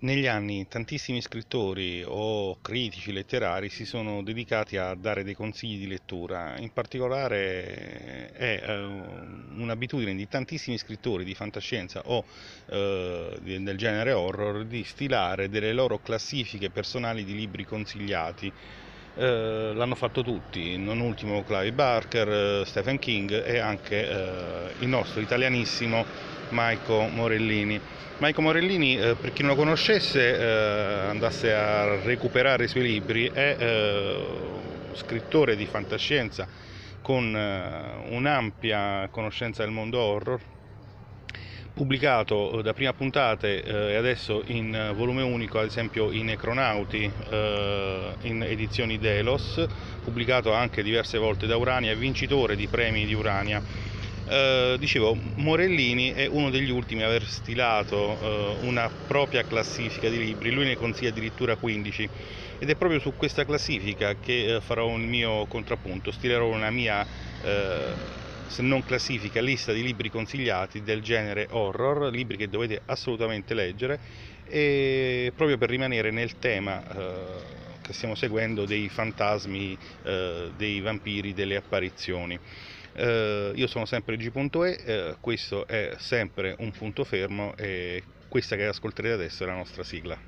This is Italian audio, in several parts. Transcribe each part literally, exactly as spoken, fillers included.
Negli anni tantissimi scrittori o critici letterari si sono dedicati a dare dei consigli di lettura. In particolare è eh, un'abitudine di tantissimi scrittori di fantascienza o eh, di- del genere horror di stilare delle loro classifiche personali di libri consigliati. Eh, l'hanno fatto tutti, non ultimo Clive Barker, eh, Stephen King e anche eh, il nostro italianissimo Maico Morellini. Maico Morellini, eh, per chi non lo conoscesse, eh, andasse a recuperare i suoi libri, è eh, scrittore di fantascienza con eh, un'ampia conoscenza del mondo horror, pubblicato da prima puntate eh, e adesso in eh, volume unico, ad esempio in Necronauti, eh, in edizioni Delos, pubblicato anche diverse volte da Urania, vincitore di premi di Urania. Eh, dicevo, Morellini è uno degli ultimi a aver stilato eh, una propria classifica di libri, lui ne consiglia addirittura quindici ed è proprio su questa classifica che eh, farò il mio contrappunto, stilerò una mia, eh, se non classifica, lista di libri consigliati del genere horror, libri che dovete assolutamente leggere, e proprio per rimanere nel tema eh, che stiamo seguendo dei fantasmi, eh, dei vampiri, delle apparizioni. Eh, io sono sempre G.E, eh, questo è sempre un punto fermo e questa che ascolterete adesso è la nostra sigla.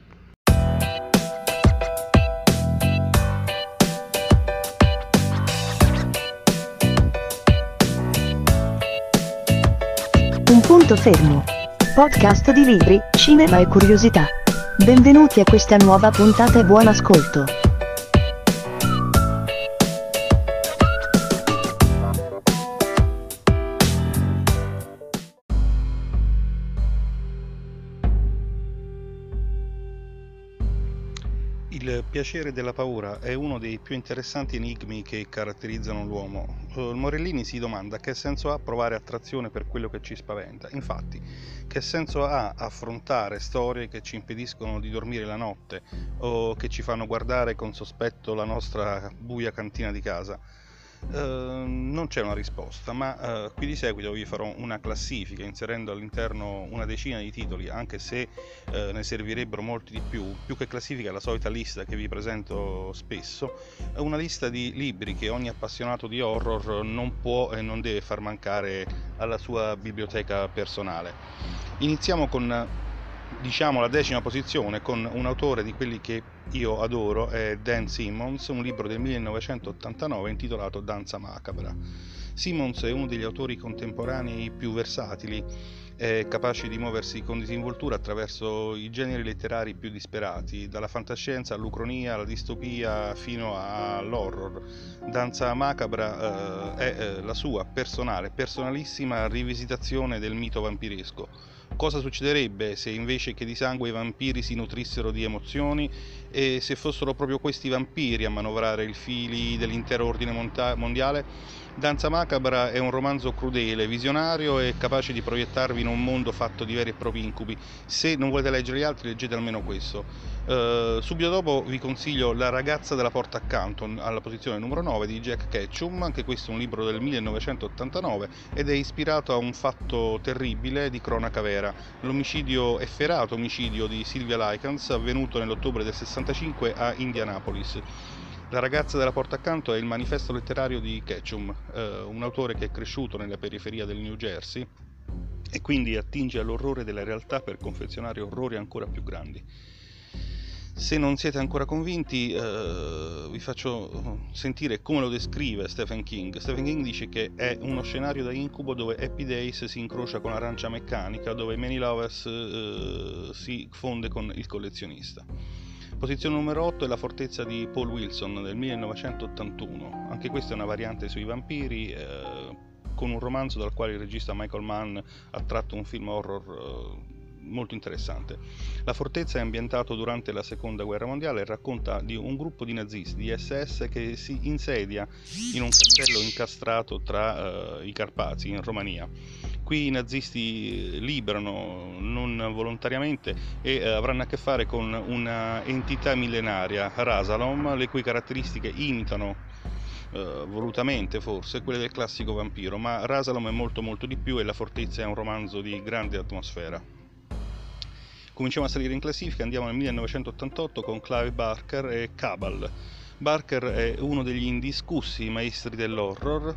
Un punto fermo. Podcast di libri, cinema e curiosità. Benvenuti a questa nuova puntata e buon ascolto. Il piacere della paura è uno dei più interessanti enigmi che caratterizzano l'uomo. Il Morellini si domanda che senso ha provare attrazione per quello che ci spaventa. Infatti, che senso ha affrontare storie che ci impediscono di dormire la notte o che ci fanno guardare con sospetto la nostra buia cantina di casa? Eh, non c'è una risposta, ma eh, qui di seguito vi farò una classifica inserendo all'interno una decina di titoli, anche se eh, ne servirebbero molti di più. Più che classifica, la solita lista che vi presento spesso, è una lista di libri che ogni appassionato di horror non può e non deve far mancare alla sua biblioteca personale. Iniziamo con, diciamo, la decima posizione, con un autore di quelli che io adoro, è Dan Simmons, un libro del millenovecentottantanove intitolato Danza macabra. Simmons è uno degli autori contemporanei più versatili, è capace di muoversi con disinvoltura attraverso i generi letterari più disperati, dalla fantascienza all'ucronia, alla distopia fino all'horror. Danza macabra eh, è eh, la sua personale, personalissima rivisitazione del mito vampiresco. Cosa succederebbe se invece che di sangue i vampiri si nutrissero di emozioni e se fossero proprio questi vampiri a manovrare i fili dell'intero ordine mondiale? Danza macabra è un romanzo crudele, visionario e capace di proiettarvi in un mondo fatto di veri e propri incubi. Se non volete leggere gli altri, leggete almeno questo. Uh, subito dopo vi consiglio La ragazza della porta accanto, alla posizione numero nove, di Jack Ketchum. Anche questo è un libro del millenovecentottantanove ed è ispirato a un fatto terribile di cronaca vera, l'omicidio efferato omicidio di Sylvia Likens, avvenuto nell'ottobre del sessantacinque a Indianapolis. La ragazza della porta accanto è il manifesto letterario di Ketchum, eh, un autore che è cresciuto nella periferia del New Jersey e quindi attinge all'orrore della realtà per confezionare orrori ancora più grandi. Se non siete ancora convinti, eh, vi faccio sentire come lo descrive Stephen King. Stephen King dice che è uno scenario da incubo dove Happy Days si incrocia con Arancia Meccanica, dove Many Lovers eh, si fonde con Il collezionista. Posizione numero otto è La fortezza di Paul Wilson del millenovecentottantuno. Anche questa è una variante sui vampiri, eh, con un romanzo dal quale il regista Michael Mann ha tratto un film horror eh, molto interessante. La fortezza è ambientato durante la seconda guerra mondiale e racconta di un gruppo di nazisti, di S S, che si insedia in un castello incastrato tra uh, i Carpazi in Romania. Qui i nazisti liberano non volontariamente e uh, avranno a che fare con una entità millenaria, Rasalom, le cui caratteristiche imitano Uh, volutamente forse quelle del classico vampiro, ma Rasalom è molto molto di più e La fortezza è un romanzo di grande atmosfera. Cominciamo a salire in classifica, andiamo nel millenovecentottantotto con Clive Barker e Cabal. Barker è uno degli indiscussi maestri dell'horror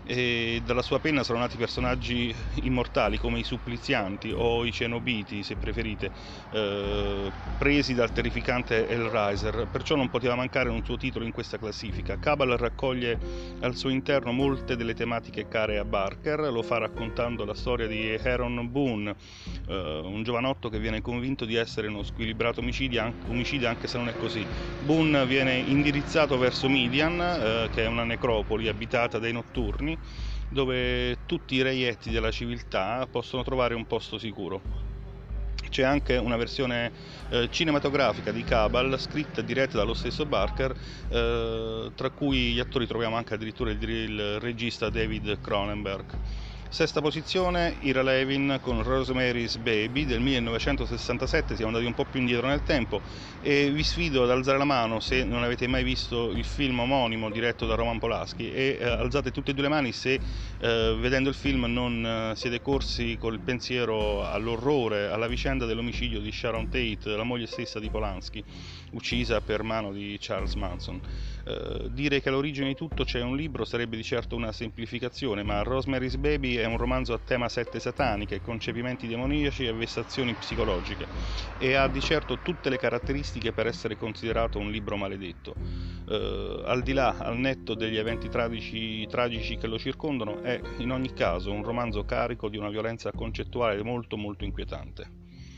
e dalla sua penna sono nati personaggi immortali come i supplizianti o i cenobiti, se preferite, eh, presi dal terrificante Hellraiser, perciò non poteva mancare un suo titolo in questa classifica. Cabal raccoglie al suo interno molte delle tematiche care a Barker, lo fa raccontando la storia di Aaron Boone, eh, un giovanotto che viene convinto di essere uno squilibrato omicida, omicida anche se non è così. Boone viene indirizzato verso Midian, eh, che è una necropoli abitata dai notturni, dove tutti i reietti della civiltà possono trovare un posto sicuro. C'è anche una versione eh, cinematografica di Cabal, scritta e diretta dallo stesso Barker, eh, tra cui gli attori troviamo anche addirittura il, il regista David Cronenberg. Sesta posizione, Ira Levin con Rosemary's Baby del millenovecentosessantasette, siamo andati un po' più indietro nel tempo e vi sfido ad alzare la mano se non avete mai visto il film omonimo diretto da Roman Polanski e eh, alzate tutte e due le mani se eh, vedendo il film non eh, siete corsi col pensiero all'orrore, alla vicenda dell'omicidio di Sharon Tate, la moglie stessa di Polanski, uccisa per mano di Charles Manson. Eh, dire che all'origine di tutto c'è un libro sarebbe di certo una semplificazione, ma Rosemary's Baby è un romanzo a tema sette sataniche, concepimenti demoniaci e vessazioni psicologiche e ha di certo tutte le caratteristiche per essere considerato un libro maledetto. Eh, al di là, al netto degli eventi tragici, tragici che lo circondano, è in ogni caso un romanzo carico di una violenza concettuale molto molto inquietante.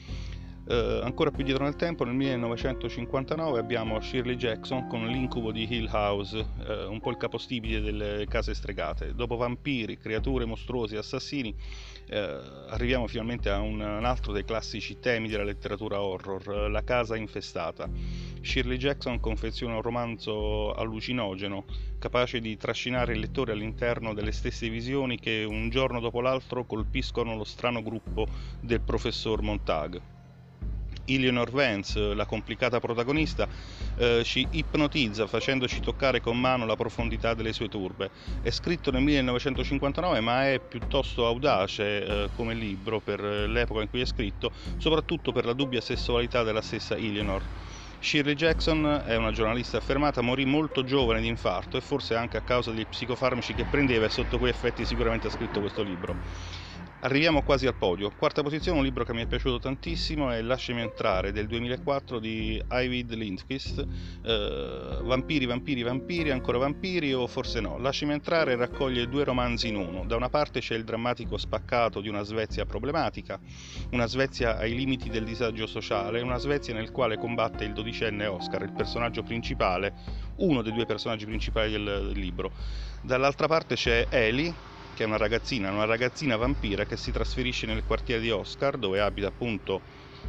Uh, ancora più dietro nel tempo, nel millenovecentocinquantanove abbiamo Shirley Jackson con L'incubo di Hill House, uh, un po' il capostipite delle case stregate. Dopo vampiri, creature mostruose e assassini, uh, arriviamo finalmente a un, un altro dei classici temi della letteratura horror, uh, la casa infestata. Shirley Jackson confeziona un romanzo allucinogeno, capace di trascinare il lettore all'interno delle stesse visioni che un giorno dopo l'altro colpiscono lo strano gruppo del professor Montag. Eleanor Vance, la complicata protagonista, eh, ci ipnotizza facendoci toccare con mano la profondità delle sue turbe. È scritto nel millenovecentocinquantanove ma è piuttosto audace eh, come libro per l'epoca in cui è scritto, soprattutto per la dubbia sessualità della stessa Eleanor. Shirley Jackson è una giornalista affermata, morì molto giovane di infarto e forse anche a causa degli psicofarmaci che prendeva e sotto quei effetti sicuramente ha scritto questo libro. Arriviamo quasi al podio. Quarta posizione, un libro che mi è piaciuto tantissimo, è Lasciami entrare del duemilaquattro di Ivid Lindqvist. eh, Vampiri, vampiri, vampiri, ancora vampiri o forse no. Lasciami entrare raccoglie due romanzi in uno. Da una parte c'è il drammatico spaccato di una Svezia problematica, una Svezia ai limiti del disagio sociale, una Svezia nel quale combatte il dodicenne Oscar, il personaggio principale, uno dei due personaggi principali del, del libro. Dall'altra parte c'è Ellie, che è una ragazzina, una ragazzina vampira che si trasferisce nel quartiere di Oscar, dove abita appunto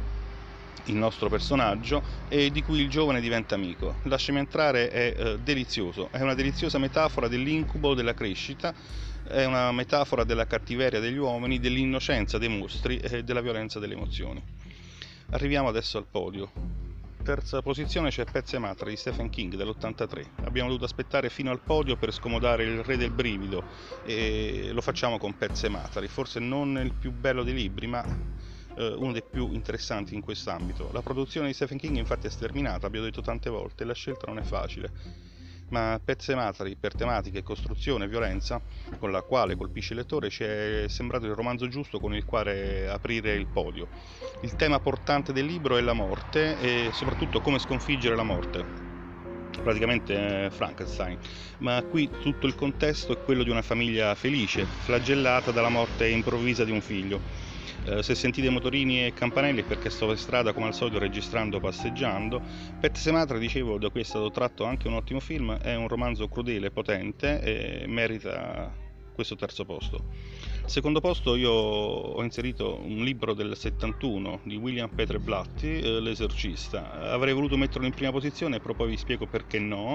il nostro personaggio e di cui il giovane diventa amico. Lasciami entrare è eh, delizioso, è una deliziosa metafora dell'incubo della crescita, è una metafora della cattiveria degli uomini, dell'innocenza dei mostri e della violenza delle emozioni. Arriviamo adesso al podio. Terza posizione c'è Pet Sematary di Stephen King dell'ottantatré. Abbiamo dovuto aspettare fino al podio per scomodare il re del brivido e lo facciamo con Pet Sematary, forse non il più bello dei libri ma eh, uno dei più interessanti in quest'ambito. La produzione di Stephen King infatti è sterminata, abbiamo detto tante volte, la scelta non è facile, ma Pet Sematary, per tematiche, costruzione e violenza con la quale colpisce il lettore, ci è sembrato il romanzo giusto con il quale aprire il podio. Il tema portante del libro è la morte e soprattutto come sconfiggere la morte, praticamente Frankenstein, ma qui tutto il contesto è quello di una famiglia felice, flagellata dalla morte improvvisa di un figlio. Eh, se sentite motorini e campanelli è perché sto per strada come al solito registrando passeggiando. Pet Sematary, dicevo, da cui è stato tratto anche un ottimo film, è un romanzo crudele, potente e merita questo terzo posto. Al secondo posto io ho inserito un libro del settantuno di William Peter Blatty, eh, L'esorcista. Avrei voluto metterlo in prima posizione, però poi vi spiego perché no.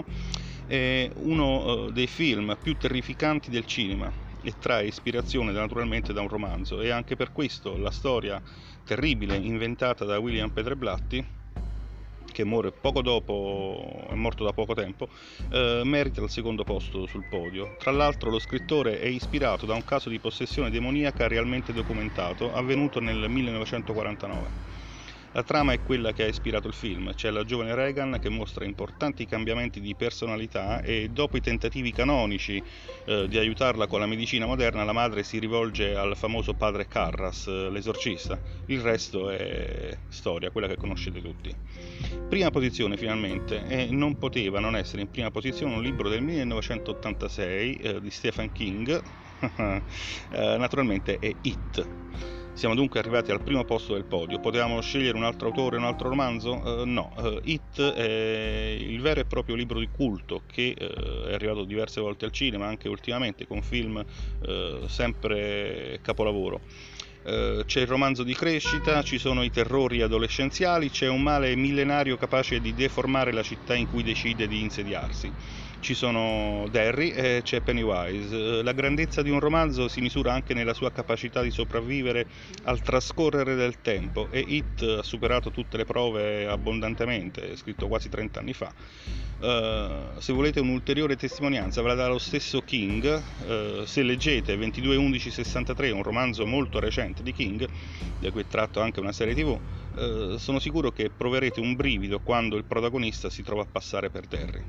È uno eh, dei film più terrificanti del cinema e trae ispirazione naturalmente da un romanzo, e anche per questo la storia terribile inventata da William Peter Blatty, che muore poco dopo, è morto da poco tempo, eh, merita il secondo posto sul podio. Tra l'altro lo scrittore è ispirato da un caso di possessione demoniaca realmente documentato, avvenuto nel millenovecentoquarantanove. La trama è quella che ha ispirato il film. C'è la giovane Regan che mostra importanti cambiamenti di personalità e dopo i tentativi canonici eh, di aiutarla con la medicina moderna, la madre si rivolge al famoso padre Karras, eh, l'esorcista. Il resto è storia, quella che conoscete tutti. Prima posizione finalmente, e non poteva non essere in prima posizione un libro del millenovecentottantasei eh, di Stephen King, eh, naturalmente è It. Siamo dunque arrivati al primo posto del podio. Potevamo scegliere un altro autore, un altro romanzo? Uh, no, uh, It è il vero e proprio libro di culto che uh, è arrivato diverse volte al cinema, anche ultimamente con film uh, sempre capolavoro. Uh, c'è il romanzo di crescita, ci sono i terrori adolescenziali, c'è un male millenario capace di deformare la città in cui decide di insediarsi. Ci sono Derry e c'è Pennywise. La grandezza di un romanzo si misura anche nella sua capacità di sopravvivere al trascorrere del tempo, e It ha superato tutte le prove abbondantemente, è scritto quasi trenta anni fa. Uh, se volete un'ulteriore testimonianza ve la dà lo stesso King. Uh, se leggete ventidue undici sessantatré, un romanzo molto recente di King, da cui è tratto anche una serie tv, uh, sono sicuro che proverete un brivido quando il protagonista si trova a passare per Derry.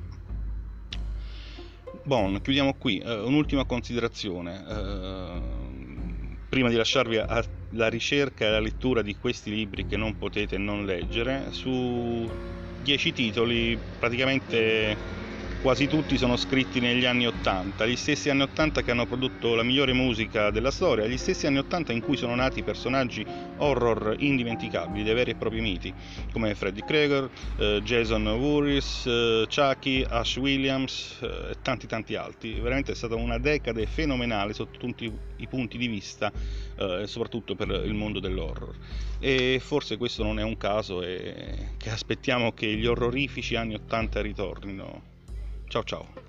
Bon, chiudiamo qui. Uh, un'ultima considerazione. Uh, prima di lasciarvi alla ricerca e alla lettura di questi libri che non potete non leggere, su dieci titoli praticamente quasi tutti sono scritti negli anni ottanta, gli stessi anni ottanta che hanno prodotto la migliore musica della storia, gli stessi anni ottanta in cui sono nati personaggi horror indimenticabili, dei veri e propri miti, come Freddy Krueger, eh, Jason Voorhees, eh, Chucky, Ash Williams eh, e tanti tanti altri. Veramente è stata una decade fenomenale sotto tutti i punti di vista, eh, soprattutto per il mondo dell'horror. E forse questo non è un caso, e che aspettiamo che gli orrorifici anni ottanta ritornino. Ciao ciao.